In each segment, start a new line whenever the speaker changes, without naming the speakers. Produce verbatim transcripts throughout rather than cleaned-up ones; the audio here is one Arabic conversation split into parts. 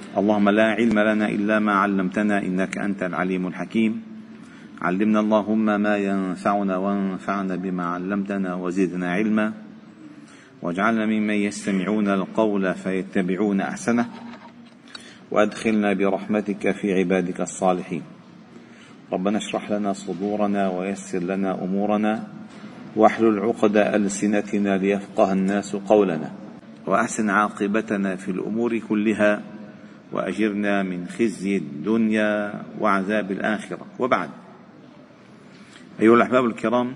اللهم لا علم لنا إلا ما علمتنا إنك أنت العليم الحكيم. علمنا اللهم ما ينفعنا وانفعنا بما علمتنا وزدنا علما، واجعلنا ممن يستمعون القول فيتبعون أحسنه، وأدخلنا برحمتك في عبادك الصالحين. ربنا اشرح لنا صدورنا ويسر لنا أمورنا واحلل عقد ألسنتنا ليفقه الناس قولنا، وأحسن عاقبتنا في الأمور كلها، وأجرنا من خزي الدنيا وعذاب الآخرة. وبعد، أيها الأحباب الكرام،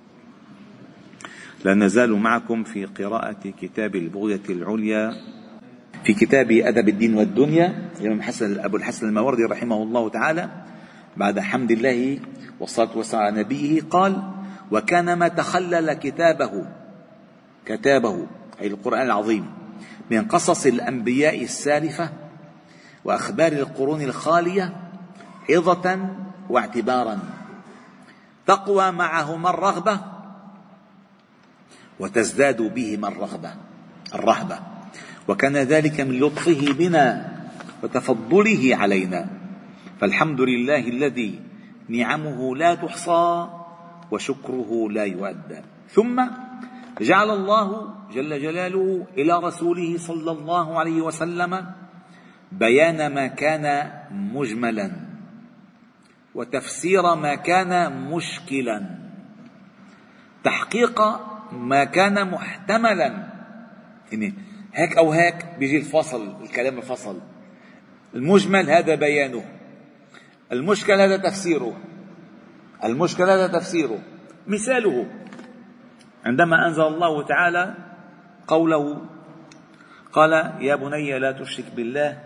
لا نزال معكم في قراءة كتاب البغية العليا في كتاب أدب الدين والدنيا الإمام حسن أبو الحسن الماوردي رحمه الله تعالى. بعد حمد الله والصلاة والسلام على نبيه قال: وكان ما تخلل كتابه كتابه أي القرآن العظيم من قصص الأنبياء السالفة وأخبار القرون الخالية عظة واعتبارا، تقوى معهما الرغبة وتزداد بهما الرغبة الرهبة، وكان ذلك من لطفه بنا وتفضله علينا، فالحمد لله الذي نعمه لا تحصى وشكره لا يؤدى. ثم جعل الله جل جلاله إلى رسوله صلى الله عليه وسلم بيان ما كان مجملا وتفسير ما كان مشكلا، تحقيق ما كان محتملا. يعني هيك أو هيك بيجي الفصل، الكلام الفصل، المجمل هذا بيانه، المشكل هذا تفسيره، المشكل هذا تفسيره. مثاله عندما أنزل الله تعالى قوله، قال: يا بني لا تشرك بالله.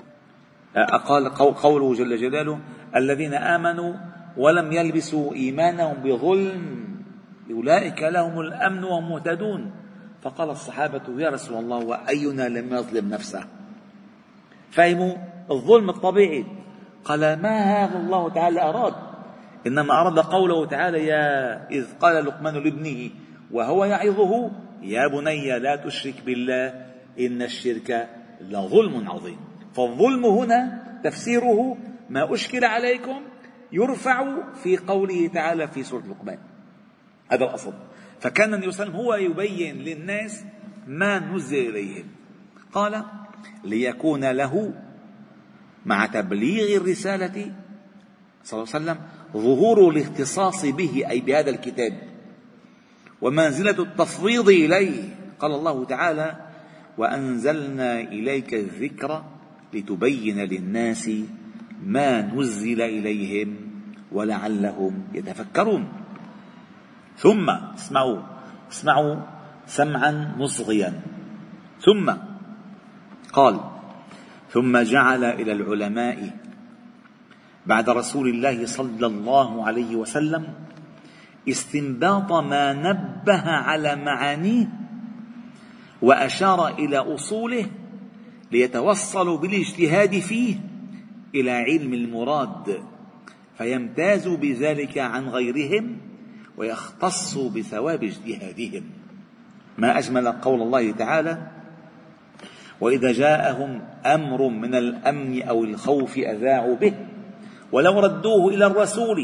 قال قوله جل جلاله: الذين آمنوا ولم يلبسوا إيمانهم بظلم أولئك لهم الأمن وهم مهتدون. فقال الصحابة: يا رسول الله، وأينا لم يظلم نفسه؟ فهموا الظلم الطبيعي. قال: ما هذا الله تعالى أراد، إنما أراد قوله تعالى: يا إذ قال لقمان لابنه وهو يعظه يا بني لا تشرك بالله إن الشرك لظلم عظيم. فالظلم هنا تفسيره ما أشكل عليكم يرفع في قوله تعالى في سورة لقمان، هذا الأصل. فكان النبي صلى الله عليه وسلم هو يبين للناس ما نزل إليهم. قال: ليكون له مع تبليغ الرسالة صلى الله عليه وسلم ظهور الاختصاص به أي بهذا الكتاب ومنزلة التفويض إليه. قال الله تعالى: وأنزلنا إليك الذكر لتبين للناس ما نزل إليهم ولعلهم يتفكرون. ثم اسمعوا اسمعوا سمعا مصغيا. ثم قال: ثم جعل إلى العلماء بعد رسول الله صلى الله عليه وسلم استنباط ما نبه على معانيه وأشار إلى أصوله ليتوصلوا بالاجتهاد فيه إلى علم المراد، فيمتازوا بذلك عن غيرهم ويختصوا بثواب اجتهادهم. ما أجمل قول الله تعالى: وإذا جاءهم أمر من الأمن أو الخوف أذاعوا به ولو ردوه إلى الرسول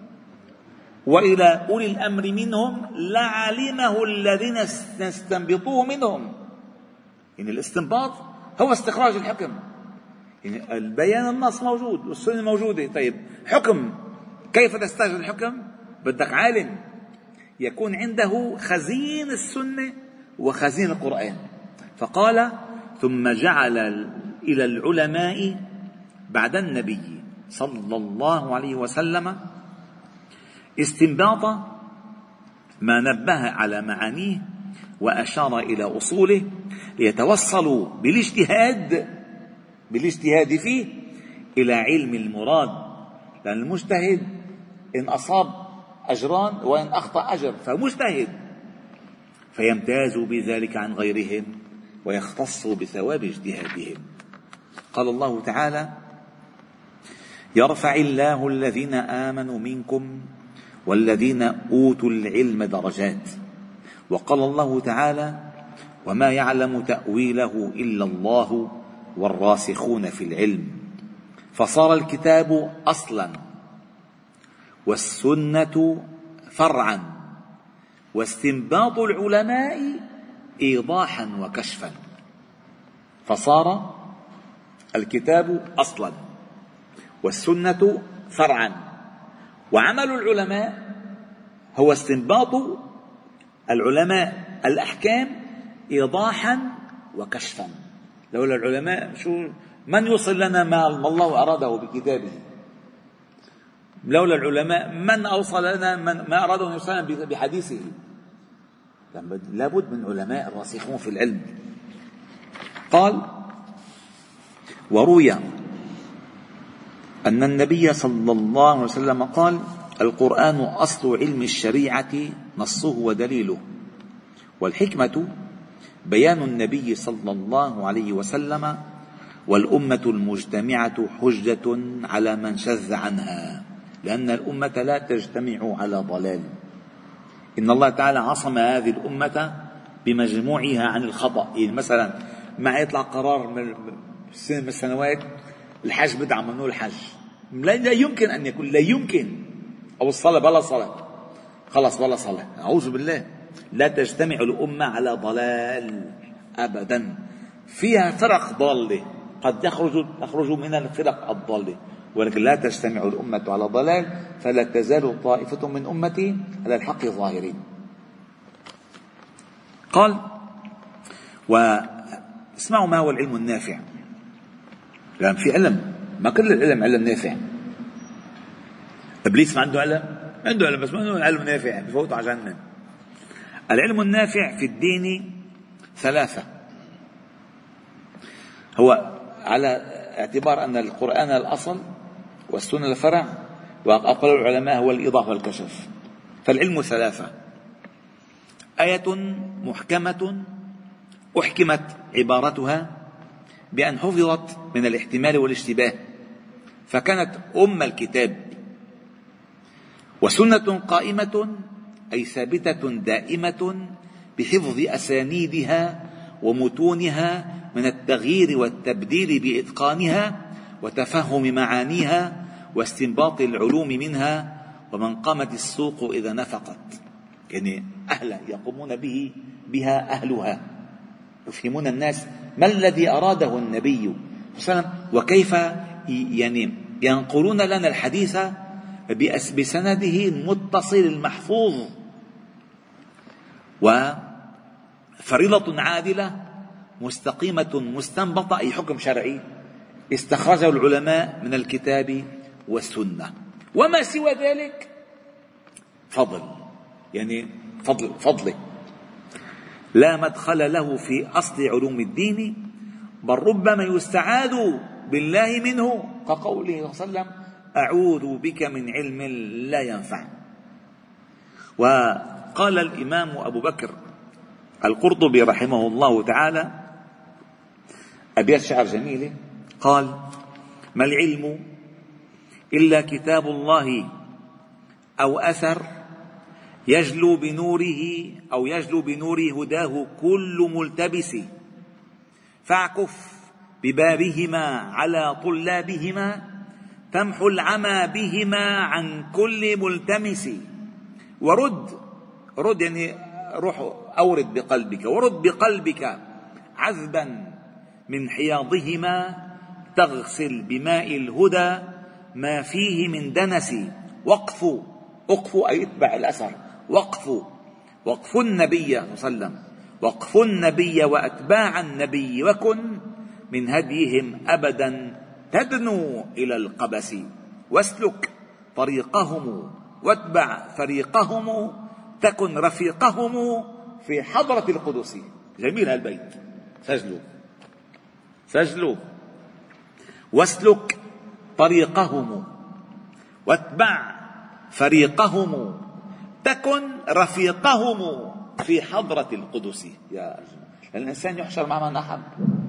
وإلى أولي الأمر منهم لعلمه الذين يستنبطوه منهم. يعني الاستنباط هو استخراج الحكم، يعني البيان النص موجود والسنة موجودة. طيب حكم، كيف تستخرج الحكم؟ بدك عالم يكون عنده خزين السنة وخزين القرآن. فقال: ثم جعل إلى العلماء بعد النبي صلى الله عليه وسلم استنباط ما نبه على معانيه وأشار إلى أصوله ليتوصلوا بالاجتهاد بالاجتهاد فيه إلى علم المراد، لأن المجتهد إن أصاب أجران وإن أخطأ أجر، فمجتهد، فيمتاز بذلك عن غيرهم ويختصوا بثواب اجتهادهم. قال الله تعالى: يرفع الله الذين آمنوا منكم والذين أوتوا العلم درجات. وقال الله تعالى: وما يعلم تأويله إلا الله والراسخون في العلم، فصار الكتاب أصلا والسنة فرعا واستنباط العلماء إيضاحا وكشفا. فصار الكتاب أصلا والسنة فرعا، وعمل العلماء هو استنباط العلماء الأحكام إيضاحا وكشفا. لولا العلماء شو من يوصل لنا ما الله أراده بكتابه؟ لولا العلماء من أوصل لنا من ما أراده أن يوصلنا بحديثه؟ لابد من علماء راسخون في العلم. قال: وروي أن النبي صلى الله عليه وسلم قال: القرآن أصل علم الشريعة نصه ودليله، والحكمة بيان النبي صلى الله عليه وسلم، والأمة المجتمعة حجة على من شذ عنها، لأن الأمة لا تجتمع على ضلال. إن الله تعالى عصم هذه الأمة بمجموعها عن الخطأ. يعني مثلا ما يطلع قرار من سنة من السنوات الحج بدعة ممنوع الحج، لا يمكن أن يكون، لا يمكن. أو الصلاة بلا صلاة، خلص بلا صلاة، أعوذ بالله. لا تجتمع الأمة على ضلال أبدا. فيها فرق ضالة قد يخرج يخرج من الفرق الضالة، ولكن لا تجتمع الأمة على ضلال، فلا تزال طائفة من أمتي على الحق ظاهرين. قال: واسمعوا ما هو العلم النافع. لأن في علم، ما كل العلم علم نافع. إبليس ما عنده علم، عنده علم بس ما عنده علم نافع، بفوت على جهنم. العلم النافع في الدين ثلاثة، هو على اعتبار أن القرآن الأصل والسنة الفرع، وأقوال العلماء هو الإيضاح والكشف. فالعلم ثلاثة: آية محكمة أحكمت عبارتها بأن حفظت من الاحتمال والاشتباه فكانت أم الكتاب، وسنة قائمة أي ثابتة دائمة بحفظ أسانيدها ومتونها من التغيير والتبديل بإتقانها وتفهم معانيها واستنباط العلوم منها، ومن قامت السوق إذا نفقت، يعني أهلا يقومون به بها أهلها، يفهمون الناس ما الذي أراده النبي صلى الله عليه وسلم، وكيف يعني ينقلون لنا الحديث بسنده المتصل المحفوظ. وفريضة عادلة مستقيمة مستنبطة، أي حكم شرعي استخرجه العلماء من الكتاب والسنة، وما سوى ذلك فضل، يعني فضل فضله لا مدخل له في أصل علوم الدين، بل ربما يستعاذ بالله منه، كقوله صلى الله عليه وسلم: أعوذ بك من علم لا ينفع. وقال الإمام أبو بكر القرطبي رحمه الله تعالى أبيات شعر جميلة، قال: ما العلم إلا كتاب الله أو أثر يجلو بنوره أو يجلو بنور هداه كل ملتبس، فاعكف ببابهما على طلابهما تمحو العمى بهما عن كل ملتمس، ورد رد يعني روح أورد بقلبك، ورد بقلبك عذبا من حياضهما تغسل بماء الهدى ما فيه من دنس، وقفوا اقفوا أي اتبع الأثر، وقفوا وقفوا النبي صلى الله عليه وسلم، وقفوا النبي وأتباع النبي، وكن من هديهم أبدا تدنو إلى القبس، واسلك طريقهم واتبع فريقهم تكن رفيقهم في حضرة القدس. جميل هالبيت، سجلوا سجلوا. واسلك طريقهم واتبع فريقهم تكن رفيقهم في حضرة القدس. يا الإنسان يحشر مع من أحب.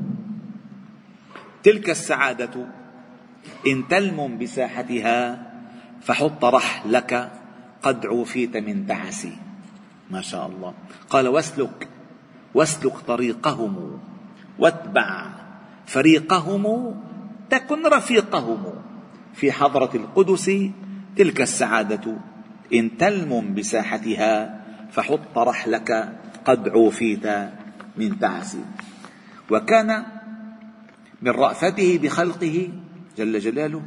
تلك السعادة إن تلم بساحتها فحط رحلك قد عوفيت من تعسي. ما شاء الله. قال: واسلك واسلك طريقهم واتبع فريقهم تكن رفيقهم في حضرة القدس تلك السعادة إن تلم بساحتها فحط رحلك قد عوفيت من تعس. وكان من رأفته بخلقه جل جلاله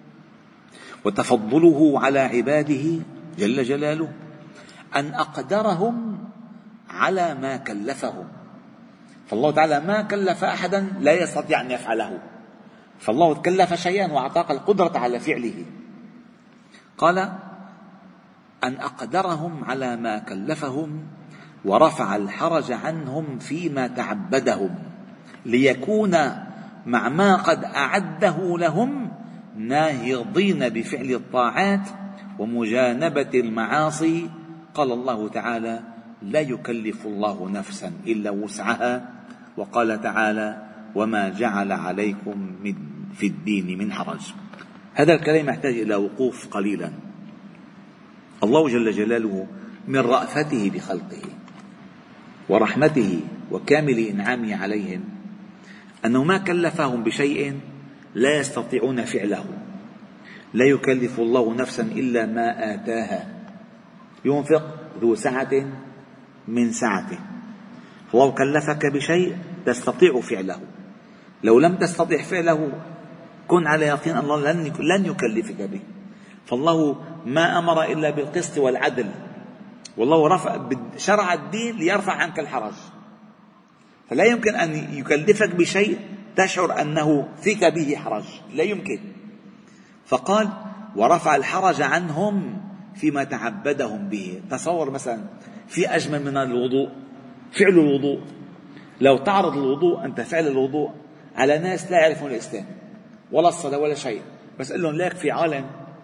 وتفضله على عباده جل جلاله أن أقدرهم على ما كلفهم. فالله تعالى ما كلف أحدا لا يستطيع أن يفعله، فالله كلف شيئا وأعطاك القدرة على فعله. قال أن أقدرهم على ما كلفهم ورفع الحرج عنهم فيما تعبدهم ليكون مع ما قد أعده لهم ناهضين بفعل الطاعات ومجانبة المعاصي. قال الله تعالى لا يكلف الله نفسا إلا وسعها. وقال تعالى وما جعل عليكم من في الدين من حرج. هذا الكلام يحتاج إلى وقوف قليلا. الله جل جلاله من رأفته بخلقه ورحمته وكامل إنعامه عليهم أنه ما كلفهم بشيء لا يستطيعون فعله. لا يكلف الله نفسا إلا ما آتاها ينفق ذو سعة من سعته. فالله كلفك بشيء تستطيع فعله، لو لم تستطع فعله كن على يقين الله لن يكلفك به. فالله ما أمر إلا بالقسط والعدل، والله رفع شرع الدين ليرفع عنك الحرج، فلا يمكن أن يكلفك بشيء تشعر أنه فيك به حرج، لا يمكن. فقال ورفع الحرج عنهم فيما تعبدهم به. تصور مثلا في أجمل من الوضوء فعل الوضوء. لو تعرض الوضوء أنت فعل الوضوء على ناس لا يعرفون الإسلام ولا الصلاة ولا شيء، بس قل لهم لك في عالم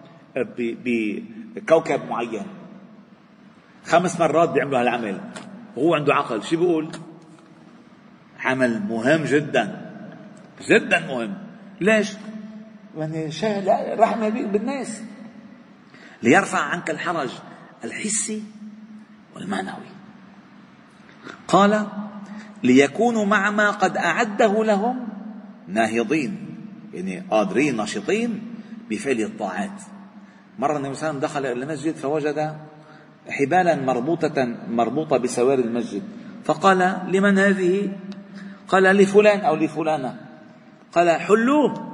بكوكب معين خمس مرات بيعملوا هالعمل وهو عنده عقل، شو بيقول؟ عمل مهم جدا جدا مهم. ليش؟ يعني رحمة بالناس ليرفع عنك الحرج الحسي والمعنوي. قال ليكونوا مع ما قد أعده لهم ناهضين، يعني قادرين نشطين بفعل الطاعات. مرة النبي صلى الله عليه وسلم دخل إلى المسجد فوجد حبالا مربوطة مربوطة بسوار المسجد، فقال لمن هذه؟ قال لفلان أو لفلانة. قال حلوه،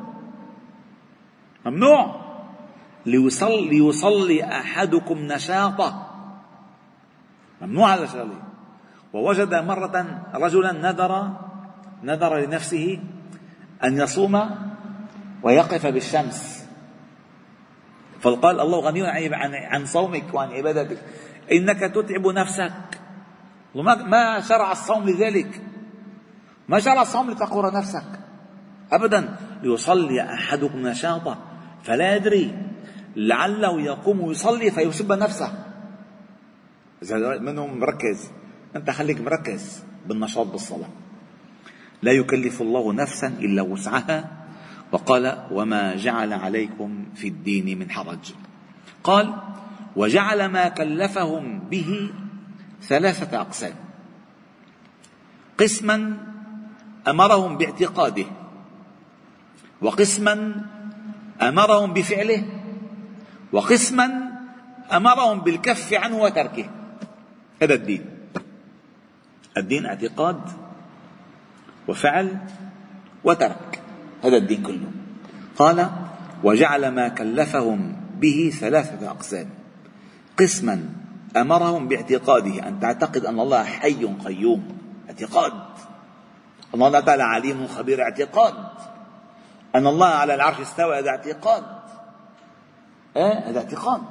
ممنوع، ليصلي, ليصلي أحدكم نشاطه، ممنوع هذا الشغله. ووجد مرة رجلا نذر نذر لنفسه أن يصوم ويقف بالشمس، فقال الله غني عن عن صومك وعن عبادتك إنك تتعب نفسك. ما شرع الصوم لذلك، ما شرع الصوم لتقهر نفسك أبدا. ليصلي أحدكم نشاطه فلا يدري لعله يقوم ويصلي فيسب نفسه. إذا منهم مركز أنت خليك مركز بالنشاط بالصلاة. لا يكلف الله نفسا إلا وسعها. وقال وما جعل عليكم في الدين من حرج. قال وجعل ما كلفهم به ثلاثة أقسام: قسما أمرهم باعتقاده، وقسما أمرهم بفعله، وقسما أمرهم بالكف عنه وتركه. هذا الدين. الدين اعتقاد وفعل وترك، هذا الدين كله. قال وجعل ما كلفهم به ثلاثة أقسام: قسما أمرهم باعتقاده، أن تعتقد أن الله حي قيوم، اعتقاد. الله تعالى عليم خبير، اعتقاد. أن الله على العرش استوى، هذا اعتقاد، آه هذا اعتقاد.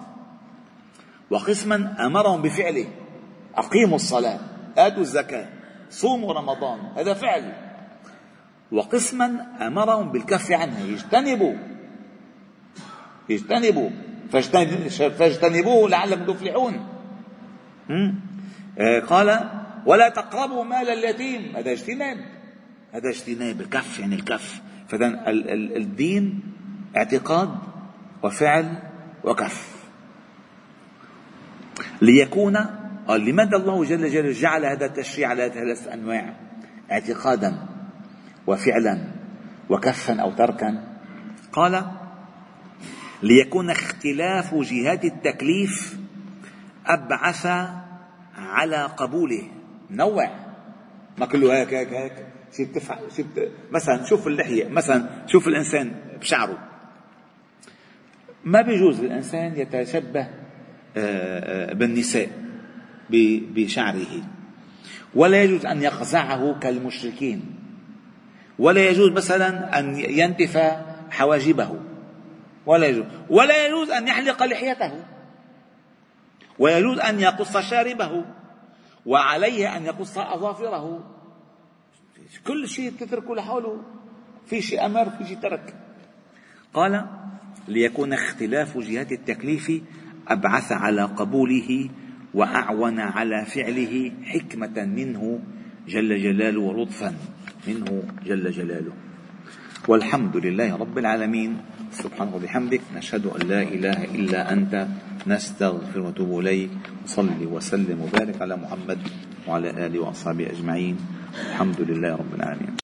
وقسما أمرهم بفعله: أقيموا الصلاة، آتوا الزكاة، صوموا رمضان، هذا فعل. وقسما أمرهم بالكف عنها: يجتنبوا يجتنبوا فاجتنبوه لعلكم تفلحون. آه قال ولا تقربوا مال اليتيم، هذا اجتناب، هذا اجتناب، الكف يعني الكف. فإذن الدين اعتقاد وفعل وكف. ليكون لماذا الله جل جلاله جعل هذا التشريع على ثلاث أنواع: اعتقادا وفعلا وكفا أو تركا؟ قال ليكون اختلاف جهات التكليف أبعث على قبوله. نوع، ما كله هيك هيك هيك شيء بتفعل شيء بت... مثلا شوف اللحية، مثلا شوف الإنسان بشعره. ما بيجوز الإنسان يتشبه بالنساء بشعره، ولا يجوز أن يقزعه كالمشركين، ولا يجوز مثلا أن ينتف حواجبه، ولا يجوز ولا يجوز أن يحلق لحيته، ويجوز أن يقص شاربه، وعليه أن يقص أظافره. كل شيء تتركه لحوله، في شيء أمر في شيء ترك. قال ليكون اختلاف جهات التكليف أبعث على قبوله وأعون على فعله حكمة منه جل جلاله ولطفا منه جل جلاله. والحمد لله رب العالمين. سبحانه وبحمدك، نشهد أن لا إله إلا أنت، نستغفر ونتوب إليك. صل وسلم وبارك على محمد وعلى آله وأصحابه أجمعين. الحمد لله رب العالمين.